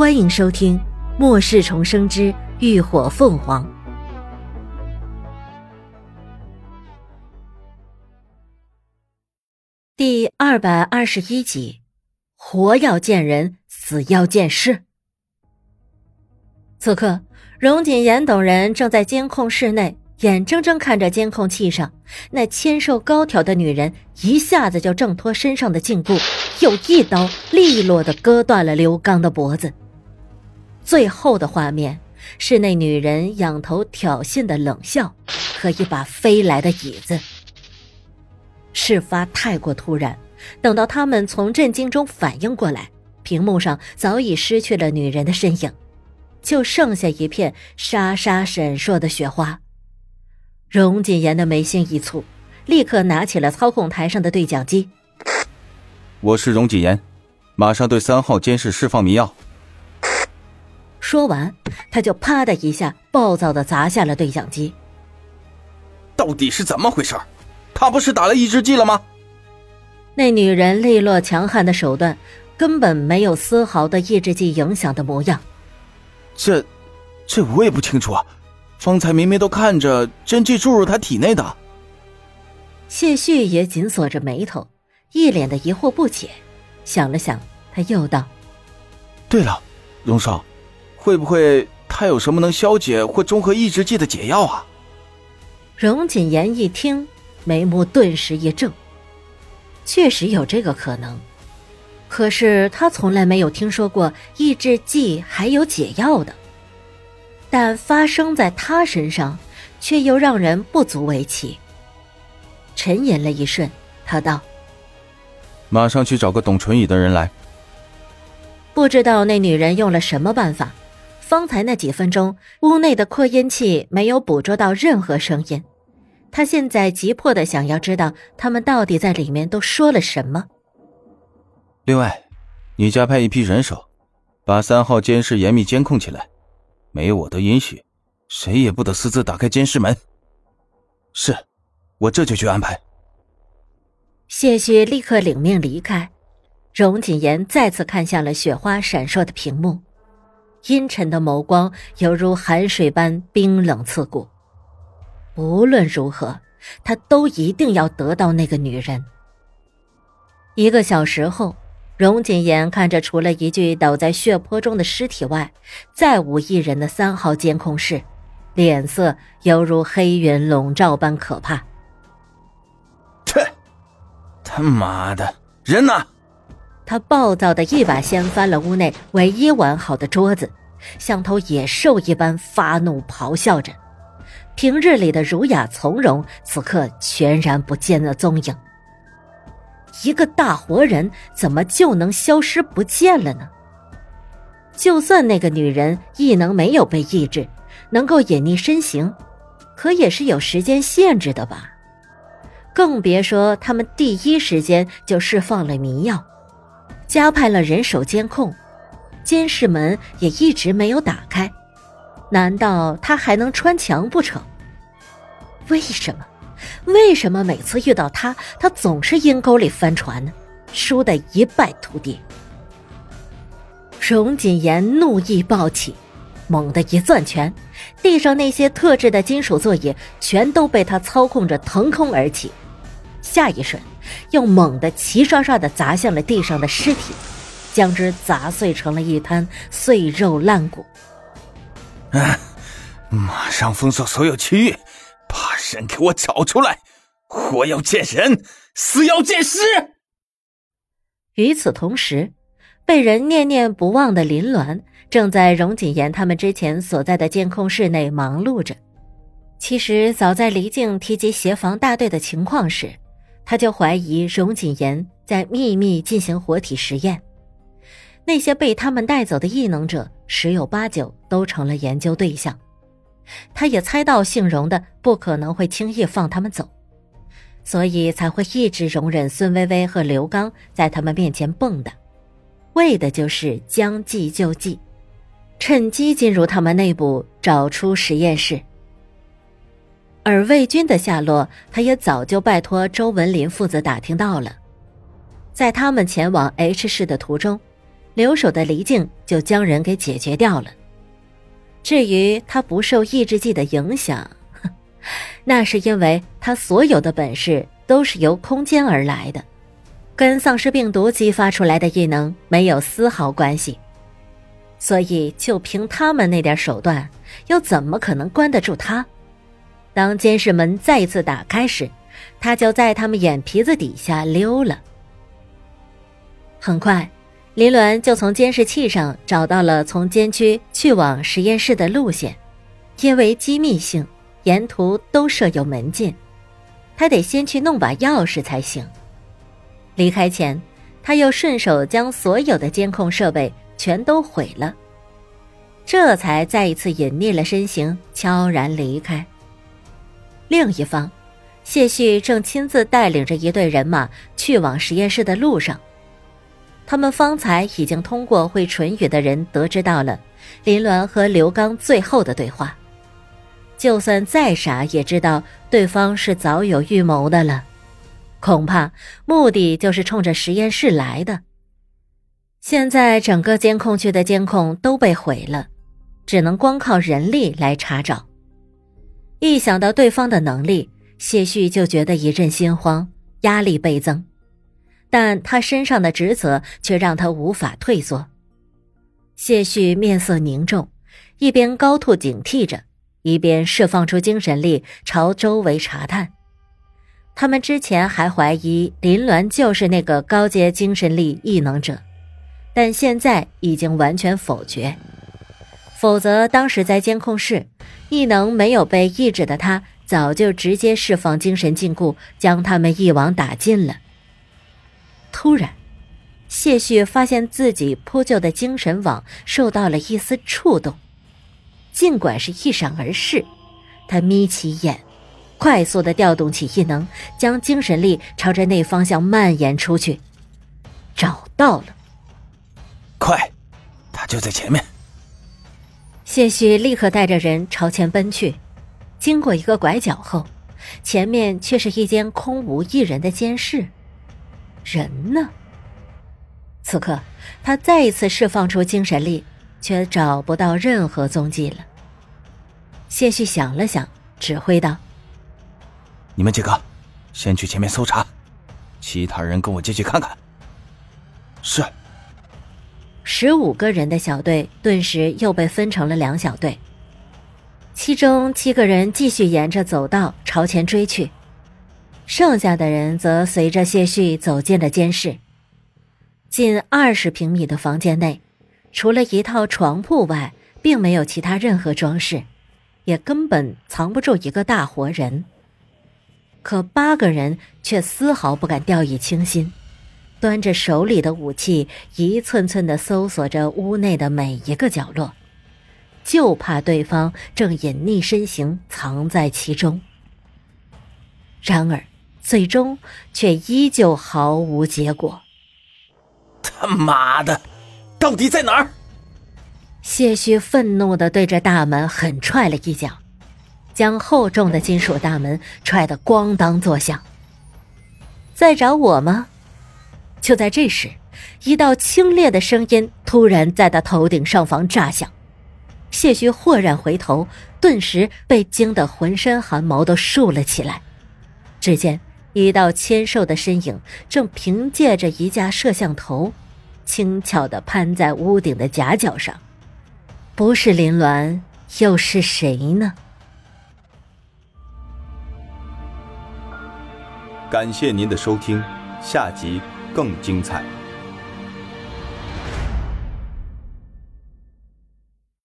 欢迎收听《末世重生之浴火凤凰》第221集，活要见人，死要见尸。此刻，荣锦言等人正在监控室内，眼睁睁看着监控器上那纤瘦高挑的女人一下子就挣脱身上的禁锢，又一刀利落地割断了刘刚的脖子。最后的画面是那女人仰头挑衅的冷笑和一把飞来的椅子。事发太过突然，等到他们从震惊中反应过来，屏幕上早已失去了女人的身影，就剩下一片沙沙闪烁的雪花。荣锦言的眉心一蹙，立刻拿起了操控台上的对讲机。 我是荣锦言，马上对3号监视释放迷药。 说完，他就啪的一下暴躁地砸下了对讲机。 到底是怎么回事？他不是打了抑制剂了吗？ 那女人利落强悍的手段根本没有丝毫的抑制剂影响的模样。 这我也不清楚啊，方才明明都看着针剂注入他体内的。 谢旭也紧锁着眉头，一脸的疑惑不解。想了想，他又道： 对了，荣少，会不会他有什么能消解或中和抑制剂的解药啊？ 荣锦言一听，眉目顿时一正，确实有这个可能，可是他从来没有听说过抑制剂还有解药的，但发生在他身上却又让人不足为奇。沉吟了一瞬，他道： 马上去找个懂唇语的人来。 不知道那女人用了什么办法，方才那几分钟屋内的扩音器没有捕捉到任何声音，他现在急迫地想要知道他们到底在里面都说了什么。 另外，你加派一批人手，把3号监视严密监控起来，没有我的允许，谁也不得私自打开监视门。是，我这就去安排。 谢旭立刻领命离开。荣锦言再次看向了雪花闪烁的屏幕，阴沉的眸光犹如寒水般冰冷刺骨。无论如何，他都一定要得到那个女人。1个小时后，荣锦言看着除了一具倒在血泊中的尸体外，再无一人的3号监控室，脸色犹如黑云笼罩般可怕。 他妈的，人呢？ 他暴躁地一把掀翻了屋内唯一完好的桌子，像头野兽一般发怒咆哮着。平日里的儒雅从容，此刻全然不见了踪影。一个大活人怎么就能消失不见了呢？就算那个女人异能没有被抑制，能够隐匿身形，可也是有时间限制的吧？更别说他们第一时间就释放了迷药，加派了人手监控，监视门也一直没有打开。难道他还能穿墙不成？为什么每次遇到他总是阴沟里翻船呢？输得一败涂地。荣锦言怒意暴起，猛地一攥拳，地上那些特制的金属座椅全都被他操控着腾空而起，下一瞬又猛地齐刷刷地砸向了地上的尸体，将之砸碎成了一滩碎肉烂骨。 马上封锁所有区域，把人给我找出来，活要见人，死要见尸。 与此同时，被人念念不忘的林鸾正在荣锦言他们之前所在的监控室内忙碌着。其实早在黎静提及协防大队的情况时，他就怀疑荣锦言在秘密进行活体实验。那些被他们带走的异能者十有八九都成了研究对象，他也猜到姓荣的不可能会轻易放他们走，所以才会一直容忍孙薇薇和刘刚在他们面前蹦跶，为的就是将计就计，趁机进入他们内部找出实验室。而魏军的下落，他也早就拜托周文林父子打听到了。在他们前往 H 市的途中， 留守的黎静就将人给解决掉了。至于他不受抑制剂的影响，那是因为他所有的本事都是由空间而来的，跟丧尸病毒激发出来的异能没有丝毫关系。所以就凭他们那点手段，又怎么可能关得住他？当监视门再一次打开时，他就在他们眼皮子底下溜了。很快，林鸾就从监视器上找到了从监区去往实验室的路线，因为机密性，沿途都设有门禁，他得先去弄把钥匙才行。离开前，他又顺手将所有的监控设备全都毁了，这才再一次隐匿了身形，悄然离开。另一方，谢旭正亲自带领着一队人马去往实验室的路上。他们方才已经通过会唇语的人得知到了林鸾和刘刚最后的对话，就算再傻也知道对方是早有预谋的了，恐怕目的就是冲着实验室来的。现在整个监控区的监控都被毁了，只能光靠人力来查找。一想到对方的能力，谢旭就觉得一阵心慌，压力倍增，但他身上的职责却让他无法退缩。谢旭面色凝重，一边高度警惕着，一边释放出精神力朝周围查探。他们之前还怀疑林鸾就是那个高阶精神力异能者，但现在已经完全否决。否则当时在监控室，异能没有被抑制的他早就直接释放精神禁锢，将他们一网打尽了。突然，谢旭发现自己铺就的精神网受到了一丝触动，尽管是一闪而逝，他眯起眼，快速地调动起异能，将精神力朝着那方向蔓延出去。找到了！ 快，他就在前面！ 谢旭立刻带着人朝前奔去，经过一个拐角后，前面却是一间空无一人的监室。人呢？此刻他再一次释放出精神力，却找不到任何踪迹了。谢旭想了想，指挥道： 你们几个先去前面搜查，其他人跟我进去看看。是。 15个人的小队顿时又被分成了2小队，其中7个人继续沿着走道朝前追去，剩下的人则随着谢旭走进了监室。近20平米的房间内，除了一套床铺外，并没有其他任何装饰，也根本藏不住一个大活人。可8个人却丝毫不敢掉以轻心，端着手里的武器，一寸寸地搜索着屋内的每一个角落，就怕对方正隐匿身形藏在其中。然而最终却依旧毫无结果。 他妈的，到底在哪儿？ 谢旭愤怒地对着大门狠踹了一脚，将厚重的金属大门踹得咣当作响。在找我吗？就在这时，一道清冽的声音突然在他头顶上方炸响。谢旭豁然回头，顿时被惊得浑身汗毛都竖了起来。只见一道纤瘦的身影正凭借着一架摄像头，轻巧地攀在屋顶的夹角上。不是林鸾，又是谁呢？ 感谢您的收听，下集更精彩。